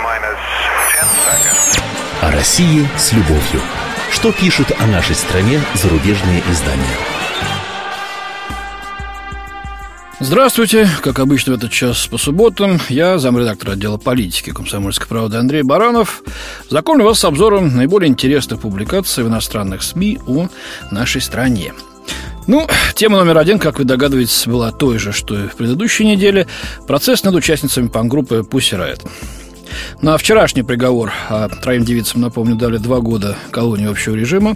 О России с любовью. Что пишут о нашей стране зарубежные издания? Здравствуйте. Как обычно в этот час по субботам я, замредактор отдела политики «Комсомольской правды» Андрей Баранов, знакомлю вас с обзором наиболее интересных публикаций в иностранных СМИ о нашей стране. Тема номер один, как вы догадываетесь, была той же, что и в предыдущей неделе. Процесс над участницами панк-группы Pussy Riot. На вчерашний приговор троим девицам, напомню, дали 2 года колонии общего режима.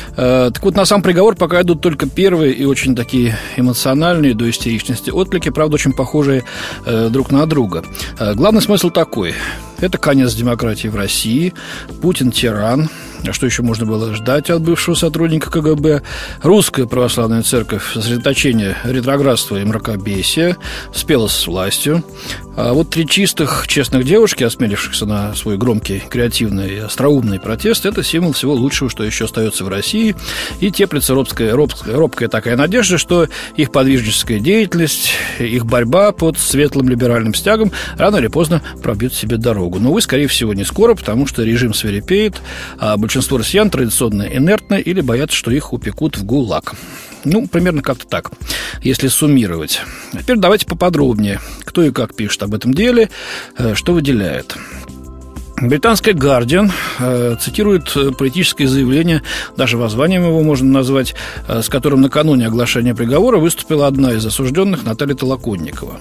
Так вот, на сам приговор пока идут только первые и очень такие эмоциональные до истеричности отклики, правда, очень похожие друг на друга. Главный смысл такой: это конец демократии в России, Путин тиран. А что еще можно было ждать от бывшего сотрудника КГБ? Русская православная церковь – сосредоточение ретроградства и мракобесия, спелась с властью. А вот 3 чистых, честных девушки, осмелившихся на свой громкий, креативный и остроумный протест – это символ всего лучшего, что еще остается в России. И теплится робкая такая надежда, что их подвижническая деятельность, их борьба под светлым либеральным стягом рано или поздно пробьет себе дорогу. Но, увы, скорее всего, не скоро, потому что режим свирепеет, а большинство россиян традиционно инертны или боятся, что их упекут в ГУЛАГ. Примерно как-то так, если суммировать. Теперь давайте поподробнее, кто и как пишет об этом деле, что выделяет. Британская «Гардиан» цитирует политическое заявление, даже воззванием его можно назвать, с которым накануне оглашения приговора выступила одна из осужденных, Наталья Толоконникова.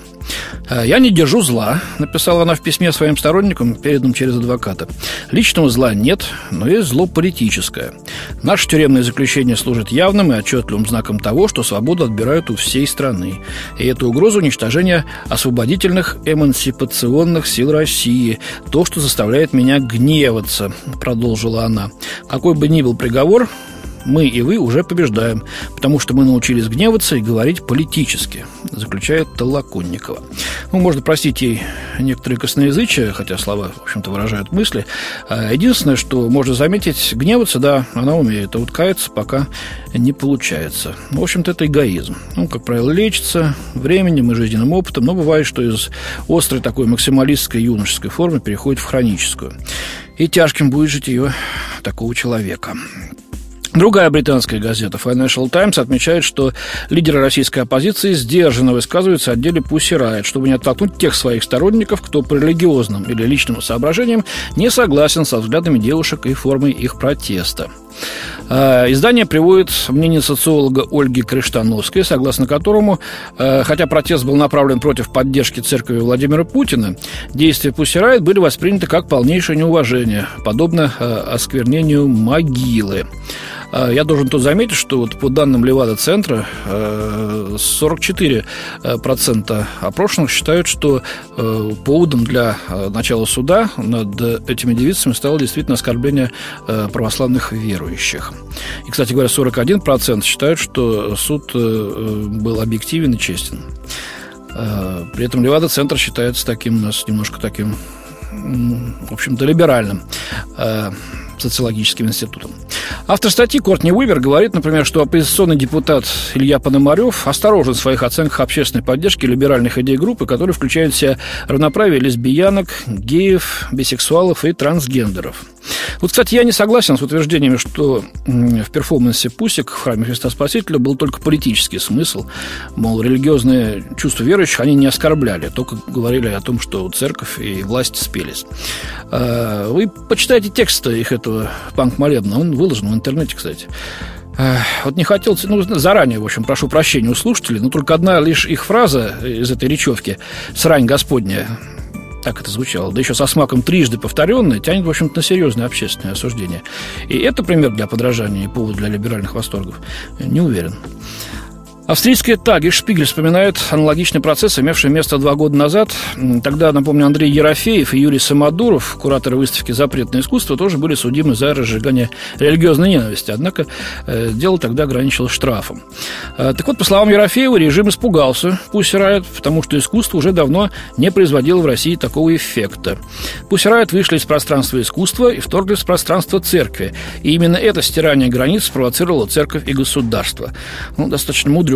«Я не держу зла», — написала она в письме своим сторонникам, переданном через адвоката. «Личного зла нет, но есть зло политическое. Наше тюремное заключение служит явным и отчетливым знаком того, что свободу отбирают у всей страны. И это угроза уничтожения освободительных эмансипационных сил России, то, что заставляет меня гневаться», — продолжила она. «Какой бы ни был приговор, мы и вы уже побеждаем, потому что мы научились гневаться и говорить политически», заключает Толоконникова. Можно простить ей некоторые косноязычия, хотя слова, в общем-то, выражают мысли. Единственное, что можно заметить, гневаться, да, она умеет, а вот каяться пока не получается. В общем-то, это эгоизм. Как правило, лечится временем и жизненным опытом, но бывает, что из острой такой максималистской юношеской формы переходит в хроническую. И тяжким будет житие такого человека. Другая британская газета Financial Times отмечает, что лидеры российской оппозиции сдержанно высказываются о деле Pussy Riot, чтобы не оттолкнуть тех своих сторонников, кто по религиозным или личным соображениям не согласен со взглядами девушек и формой их протеста. Издание приводит мнение социолога Ольги Криштановской, согласно которому, хотя протест был направлен против поддержки церкви Владимира Путина, действия Pussy Riot были восприняты как полнейшее неуважение, подобно осквернению могилы. Я должен тут заметить, что по данным Левада-центра 44% опрошенных считают, что поводом для начала суда над этими девицами стало действительно оскорбление православных верующих. И, кстати говоря, 41% считают, что суд был объективен и честен. При этом Левада-центр считается таким у нас немножко таким, в общем-то, либеральным социологическим институтом. Автор статьи Кортни Уивер говорит, например, что оппозиционный депутат Илья Пономарев осторожен в своих оценках общественной поддержки либеральных идей группы, которые включают в себя равноправие лесбиянок, геев, бисексуалов и трансгендеров. Кстати, я не согласен с утверждениями, что в перформансе «Пусик» в храме Христа Спасителя был только политический смысл. Мол, религиозные чувства верующих они не оскорбляли, только говорили о том, что церковь и власть спелись. Вы почитайте текст их этого панк-молебна, он выложен в интернете, кстати. Не хотел, заранее, в общем, прошу прощения у слушателей, но только одна лишь их фраза из этой речевки «Срань Господня», так это звучало, да еще со смаком трижды повторенное, тянет, в общем-то, на серьезное общественное осуждение. И это пример для подражания и повод для либеральных восторгов? Не уверен. Австрийская «Тагеш-Шпигель» вспоминает аналогичный процесс, имевший место 2 года назад. Тогда, напомню, Андрей Ерофеев и Юрий Самодуров, кураторы выставки «Запретное искусство», тоже были судимы за разжигание религиозной ненависти. Однако дело тогда ограничилось штрафом. Так вот, по словам Ерофеева, режим испугался Pussy Riot, потому что искусство уже давно не производило в России такого эффекта. Pussy Riot вышли из пространства искусства и вторглись в пространство церкви. И именно это стирание границ спровоцировало церковь и государство. Достаточно мудрено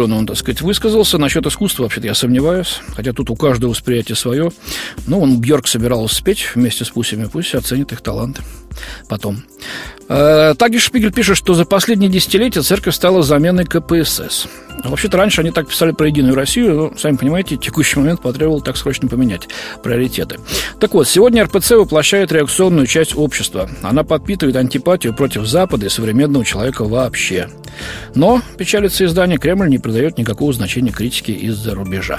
определенно он, так сказать, высказался. Насчет искусства, вообще-то, я сомневаюсь. Хотя тут у каждого восприятие свое. Ну, он Бьорк собирался спеть вместе с Пуссями. Пусть оценит их таланты потом. Тагиш-Шпигель пишет, что за последние десятилетия церковь стала заменой КПСС. Вообще-то раньше они так писали про Единую Россию, но, сами понимаете, текущий момент потребовал так срочно поменять приоритеты. Так вот, сегодня РПЦ воплощает реакционную часть общества. Она подпитывает антипатию против Запада и современного человека вообще. Но, печалится издание, Кремль не придает никакого значения критике из-за рубежа.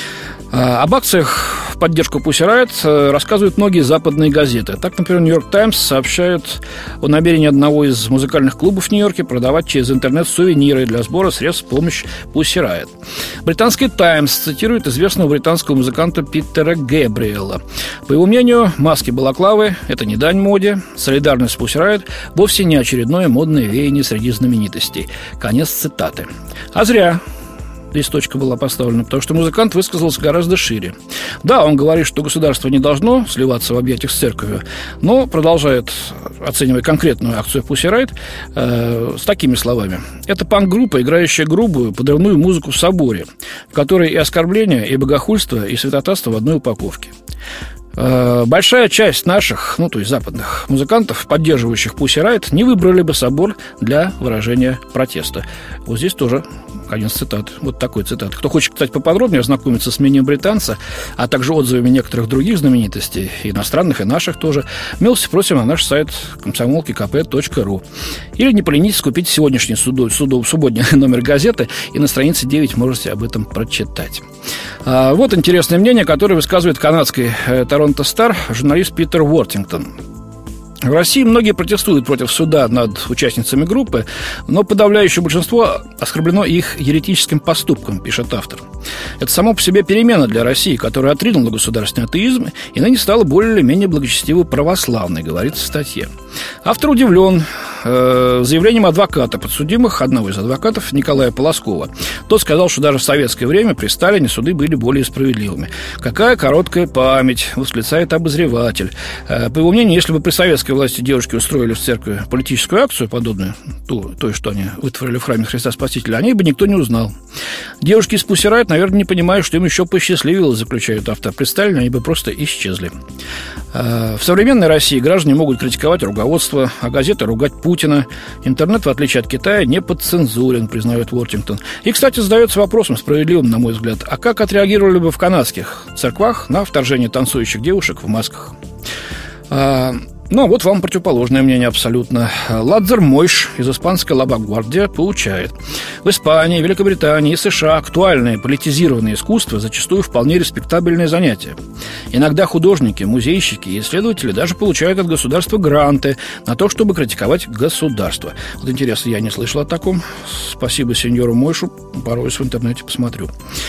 Об акциях в поддержку Pussy Riot рассказывают многие западные газеты. Так, например, «Нью-Йорк Таймс» сообщает о намерении одного из музыкальных клубов в Нью-Йорке продавать через интернет сувениры для сбора средств в помощь Pussy Riot. Британский «Таймс» цитирует известного британского музыканта Питера Гэбриэла. По его мнению, маски-балаклавы – это не дань моде, солидарность с Pussy Riot вовсе не очередное модное веяние среди знаменитостей. Конец цитаты. А зря. Здесь точка была поставлена, потому что музыкант высказался гораздо шире. Да, он говорит, что государство не должно сливаться в объятиях с церковью, но продолжает, оценивая конкретную акцию Pussy Riot, с такими словами. Это панк-группа, играющая грубую, подрывную музыку в соборе, в которой и оскорбление, и богохульство, и святотатство в одной упаковке. Большая часть наших, то есть западных музыкантов, поддерживающих Pussy Riot, не выбрали бы собор для выражения протеста. Вот здесь тоже конец цитаты. Вот такой цитат. Кто хочет, кстати, поподробнее ознакомиться с мнением британца, а также отзывами некоторых других знаменитостей, иностранных, и наших тоже, милости просим на наш сайт комсомолки.kp.ру. Или не поленитесь купить сегодняшний субботний номер газеты, и на странице 9 можете об этом прочитать. Вот интересное мнение, которое высказывает канадский «Торонто Стар» журналист Питер Уортингтон. В России многие протестуют против суда над участницами группы, но подавляющее большинство оскорблено их еретическим поступком, пишет автор. Это само по себе перемена для России, которая отринула государственный атеизм и ныне стала более или менее благочестивой православной, говорится в статье. Автор удивлен заявлением адвоката подсудимых, одного из адвокатов, Николая Полоскова. Тот сказал, что даже в советское время при Сталине суды были более справедливыми. «Какая короткая память», — восклицает обозреватель. По его мнению, если бы при советской власти девушки устроили в церкви политическую акцию, подобную той, что они вытворили в храме Христа Спасителя, о ней бы никто не узнал. Девушки из Pussy Riot, наверное, не понимают, что им еще посчастливилось, заключает автор. При Сталине они бы просто исчезли. В современной России граждане могут критиковать руководство, а газеты ругать Путина. Интернет, в отличие от Китая, не подцензурен, признает Уортингтон. И, кстати, задается вопросом, справедливым, на мой взгляд, а как отреагировали бы в канадских церквах на вторжение танцующих девушек в масках? Вот вам противоположное мнение абсолютно. Ладзер Мойш из испанской «Ла Вангвардия» поучает. В Испании, Великобритании и США актуальное политизированное искусство зачастую вполне респектабельное занятие. Иногда художники, музейщики и исследователи даже получают от государства гранты на то, чтобы критиковать государство. Вот интересно, я не слышал о таком. Спасибо сеньору Мойшу, порой в интернете посмотрю.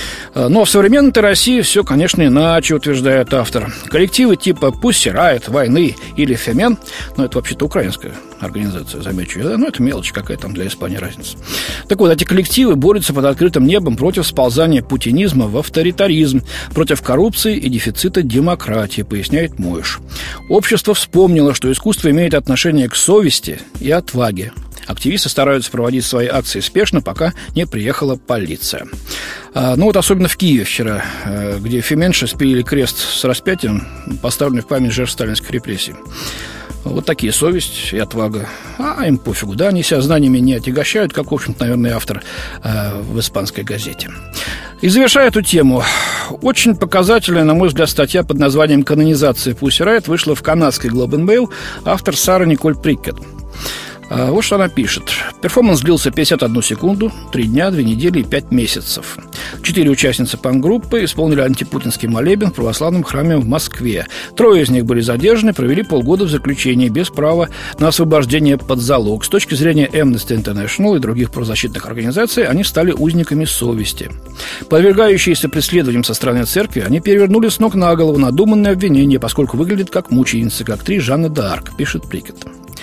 Но в современной России все, конечно, иначе, утверждает автор. Коллективы типа Pussy Riot, Войны или Фемен, это вообще-то украинская организация, замечу я, это мелочь, какая там для Испании разница. Так вот, эти коллективы борются под открытым небом против сползания путинизма в авторитаризм, против коррупции и дефицита демократии, поясняет Мойш. Общество вспомнило, что искусство имеет отношение к совести и отваге. Активисты стараются проводить свои акции спешно, пока не приехала полиция. Особенно в Киеве вчера, где феменши спилили крест с распятием, поставленный в память жертв сталинских репрессий. Вот такие совесть и отвага. Им пофигу, да, они себя знаниями не отягощают, как, в общем-то, наверное, автор в испанской газете. И завершая эту тему, очень показательная, на мой взгляд, статья под названием «Канонизация Pussy Riot» вышла в канадской Globe and Mail, автор Сара Николь Прикет. Вот что она пишет. Перформанс длился 51 секунду, 3 дня, 2 недели и 5 месяцев. 4 участницы панк-группы исполнили антипутинский молебен в православном храме в Москве. 3 из них были задержаны, провели полгода в заключении без права на освобождение под залог. С точки зрения Amnesty International и других правозащитных организаций, они стали узниками совести. Подвергающиеся преследованиям со стороны церкви, они перевернули с ног на голову надуманные обвинения, поскольку выглядят как мученицы, как 3 Жанны д'Арк, пишет Прикет.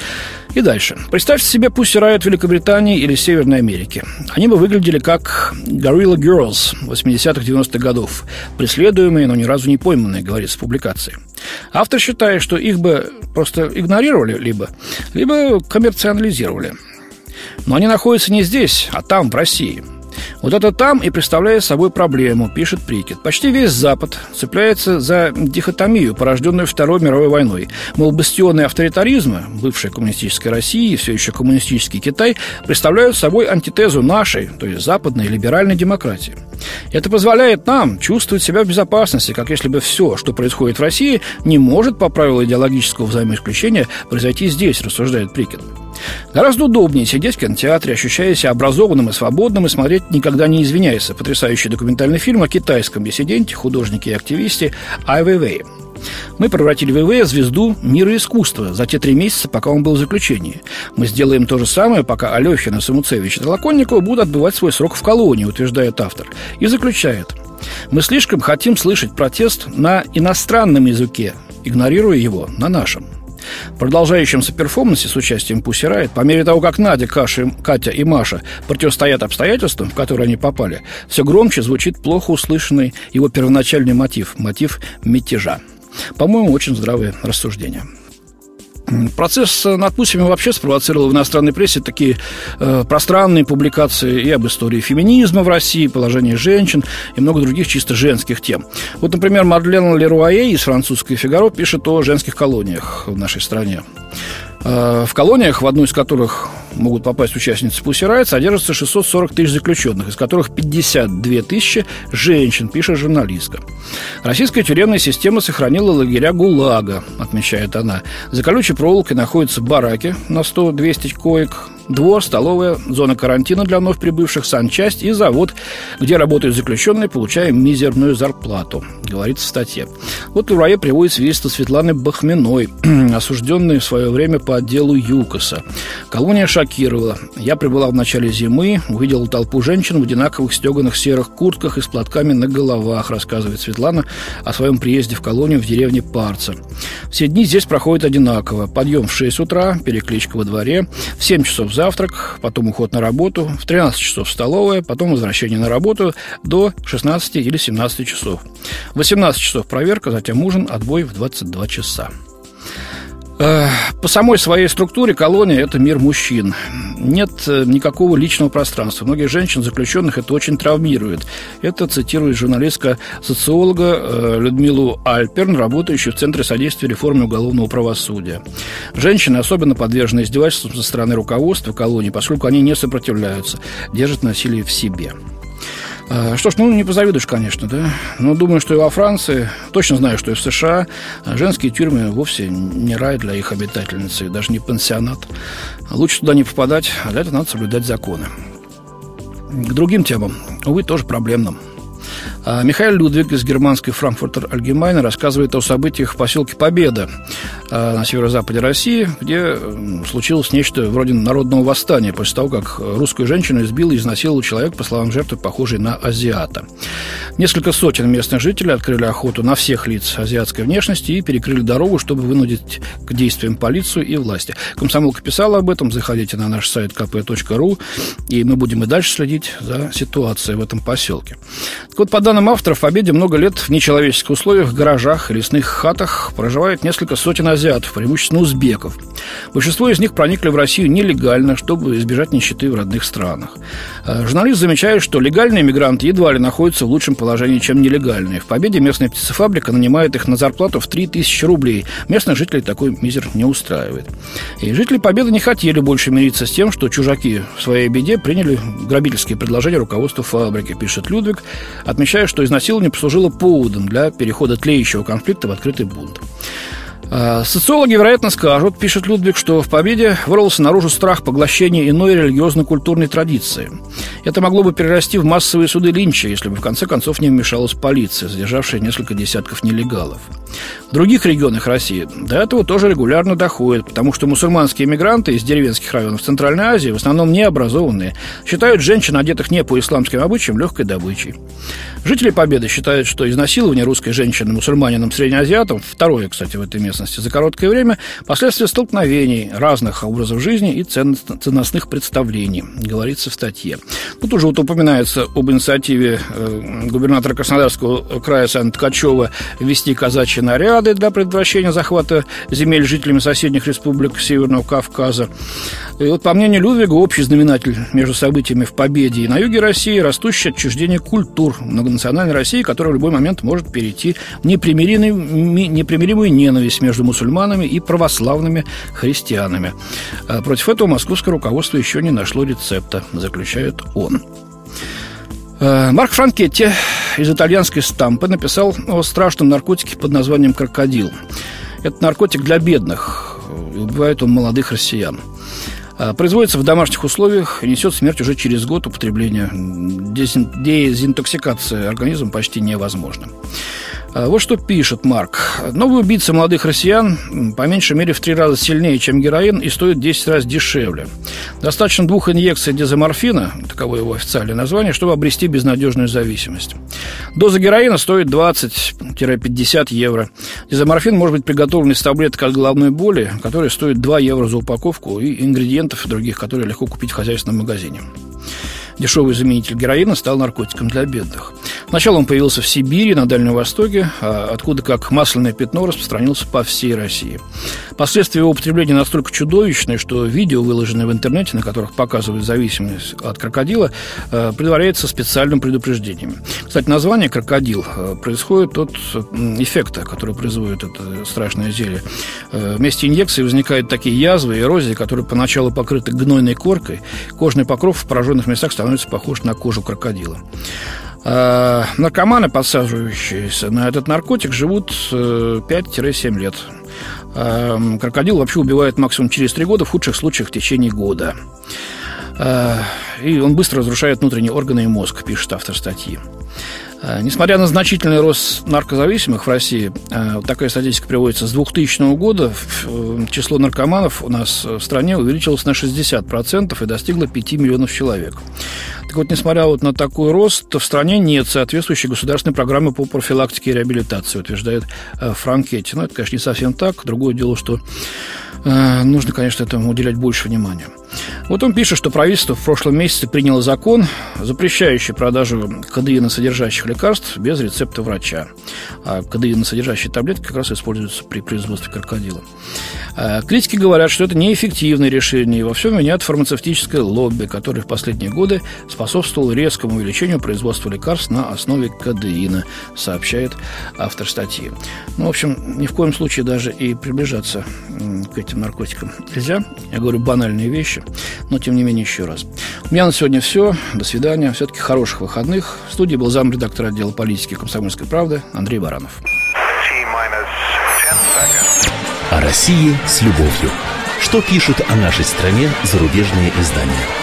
И дальше. Представьте себе Pussy Riot в Великобритании или Северной Америке. Они бы выглядели как Guerrilla Girls 80-х, 90-х годов, преследуемые, но ни разу не пойманные, говорится в публикации. Автор считает, что их бы просто игнорировали либо коммерциализировали. Но они находятся не здесь, а там, в России. Вот это там и представляет собой проблему, пишет Прикет. Почти весь Запад цепляется за дихотомию, порожденную Второй мировой войной. Мол, бастионы авторитаризма, бывшая коммунистическая Россия и все еще коммунистический Китай, представляют собой антитезу нашей, то есть западной либеральной демократии. Это позволяет нам чувствовать себя в безопасности, как если бы все, что происходит в России, не может по правилу идеологического взаимоисключения произойти здесь, рассуждает Прикет. Гораздо удобнее сидеть в кинотеатре, ощущая себя образованным и свободным, и смотреть «Никогда не извиняйся» – потрясающий документальный фильм о китайском диссиденте, художнике и активисте Ай Вейвее. Мы превратили Вейвея в звезду мира искусства за те 3 месяца, пока он был в заключении. Мы сделаем то же самое, пока Алехина, Самуцевич и Толоконникова будут отбывать свой срок в колонии, утверждает автор. И заключает: мы слишком хотим слышать протест на иностранном языке, игнорируя его на нашем. В продолжающемся перформансе с участием Пусси Райт, по мере того, как Надя, Катя и Маша противостоят обстоятельствам, в которые они попали, все громче звучит плохо услышанный его первоначальный мотив мятежа. По-моему, очень здравое рассуждение. Процесс над Пуссями вообще спровоцировал в иностранной прессе такие пространные публикации и об истории феминизма в России, положении женщин и много других чисто женских тем. Вот, например, Мадлен Леруае из французской «Фигаро» пишет о женских колониях в нашей стране. В колониях, в одну из которых могут попасть участницы Пусси Райт, содержится 640 тысяч заключенных, из которых 52 тысячи женщин, пишет журналистка. Российская тюремная система сохранила лагеря ГУЛАГа, отмечает она. За колючей проволокой находятся бараки на 100-200 коек, двор, столовая, зона карантина для вновь прибывших, санчасть и завод, где работают заключенные, получая мизерную зарплату, говорится в статье. Вот Леруае приводит свидетельство Светланы Бахминой, осужденной в свое время по делу ЮКОСа. Колония шокировала. Я прибыла в начале зимы, увидела толпу женщин в одинаковых стеганых серых куртках и с платками на головах, рассказывает Светлана о своем приезде в колонию в деревне Парца. Все дни здесь проходят одинаково. Подъем в 6 утра, перекличка во дворе, в 7 часов завтрак, потом уход на работу, в 13 часов столовая, потом возвращение на работу до 16 или 17 часов. В 18 часов проверка, затем ужин, отбой в 22 часа. По самой своей структуре колония – это мир мужчин. Нет никакого личного пространства. Многих женщин-заключенных это очень травмирует. Это цитирует журналистка-социолога Людмилу Альперн, работающую в Центре содействия реформе уголовного правосудия. Женщины особенно подвержены издевательствам со стороны руководства колонии, поскольку они не сопротивляются, держат насилие в себе. Что ж, не позавидуешь, конечно, да? Но думаю, что и во Франции, точно знаю, что и в США женские тюрьмы вовсе не рай для их обитательниц, и даже не пансионат. Лучше туда не попадать, а для этого надо соблюдать законы. К другим темам, увы, тоже проблемным. Михаил Людвиг из германской Frankfurter Allgemeine рассказывает о событиях в поселке Победа на северо-западе России, где случилось нечто вроде народного восстания после того, как русскую женщину избил и изнасиловал человек, по словам жертвы, похожий на азиата. Несколько сотен местных жителей открыли охоту на всех лиц азиатской внешности и перекрыли дорогу, чтобы вынудить к действиям полицию и власти. Комсомолка писала об этом, заходите на наш сайт kp.ru, и мы будем и дальше следить за ситуацией в этом поселке. Так вот, по данным авторов, в Победе много лет в нечеловеческих условиях в гаражах и лесных хатах проживает несколько сотен азиатов, преимущественно узбеков. Большинство из них проникли в Россию нелегально, чтобы избежать нищеты в родных странах. Журналист замечает, что легальные мигранты едва ли находятся в лучшем положении, чем нелегальные. В Победе местная птицефабрика нанимает их на зарплату в 3000 рублей. Местных жителей такой мизер не устраивает. И жители Победы не хотели больше мириться с тем, что чужаки в своей беде приняли грабительские предложения руководства фабрики, пишет Людвиг, отмечая, что изнасилование послужило поводом для перехода тлеющего конфликта в открытый бунт. Социологи, вероятно, скажут, пишет Людвиг, что в Победе вырвался наружу страх поглощения иной религиозно-культурной традиции. Это могло бы перерасти в массовые суды линча, если бы в конце концов не вмешалась полиция, задержавшая несколько десятков нелегалов. В других регионах России до этого тоже регулярно доходит, потому что мусульманские мигранты из деревенских районов Центральной Азии, в основном необразованные, считают женщин, одетых не по исламским обычаям, легкой добычей. Жители Победы считают, что изнасилование русской женщины мусульманином-среднеазиатом, второе, кстати, в этой местности, за короткое время, последствия столкновений разных образов жизни и ценностных представлений, говорится в статье. Тут уже упоминается об инициативе губернатора Краснодарского края Санты Ткачева ввести казачьи наряды для предотвращения захвата земель жителями соседних республик Северного Кавказа. И вот, по мнению Людвига, общий знаменатель между событиями в Победе и на юге России – растущее отчуждение культур многонациональной России, которая в любой момент может перейти в непримиримую ненависть между мусульманами и православными христианами. Против этого московское руководство еще не нашло рецепта, заключает он. Марк Франкетти из итальянской «Стампы» написал о страшном наркотике под названием крокодил. Это наркотик для бедных, и убивает он молодых россиян. Производится в домашних условиях и несет смерть уже через год употребления. Дезинтоксикация организма почти невозможна. Вот что пишет Марк. Новый убийца молодых россиян по меньшей мере в 3 раза сильнее, чем героин, и стоит 10 раз дешевле. Достаточно 2 инъекций дезоморфина, таково его официальное название, чтобы обрести безнадежную зависимость. Доза героина стоит 20-50 евро. Дезоморфин может быть приготовлен из таблеток от головной боли, которые стоят 2 евро за упаковку, и ингредиентов других, которые легко купить в хозяйственном магазине. Дешевый заменитель героина стал наркотиком для бедных. Сначала он появился в Сибири, на Дальнем Востоке, откуда как масляное пятно распространился по всей России. Последствия его употребления настолько чудовищные, что видео, выложенные в интернете, на которых показывают зависимость от крокодила, предваряется специальным предупреждением. Кстати, название «крокодил» происходит от эффекта, который производит это страшное зелье. Вместе инъекции возникают такие язвы и эрозии, которые поначалу покрыты гнойной коркой. Кожный покров в пораженных местах становится похож на кожу крокодила. Наркоманы, подсаживающиеся на этот наркотик, живут 5-7 лет. Крокодил вообще убивает максимум через 3 года, в худших случаях в течение года. И он быстро разрушает внутренние органы и мозг, пишет автор статьи. Несмотря на значительный рост наркозависимых в России, такая статистика приводится с 2000 года, число наркоманов у нас в стране увеличилось на 60% и достигло 5 миллионов человек. Так вот, несмотря вот на такой рост, в стране нет соответствующей государственной программы по профилактике и реабилитации, утверждает Франкетти. Но это, конечно, не совсем так. Другое дело, что нужно, конечно, этому уделять больше внимания. Вот он пишет, что правительство в прошлом месяце приняло закон, запрещающий продажу кодеиносодержащих лекарств без рецепта врача. А кодеиносодержащие таблетки как раз используются при производстве крокодила. Критики говорят, что это неэффективное решение, и во всем винят фармацевтическое лобби, которое в последние годы способствовало резкому увеличению производства лекарств на основе кодеина, сообщает автор статьи. Ну, в общем, ни в коем случае даже и приближаться к этим наркотикам нельзя. Я говорю банальные вещи, но тем не менее еще раз. У меня на сегодня все. До свидания. Все-таки хороших выходных. В студии был замредактор отдела политики «Комсомольской правды» Андрей Баранов. О России с любовью. Что пишут о нашей стране зарубежные издания?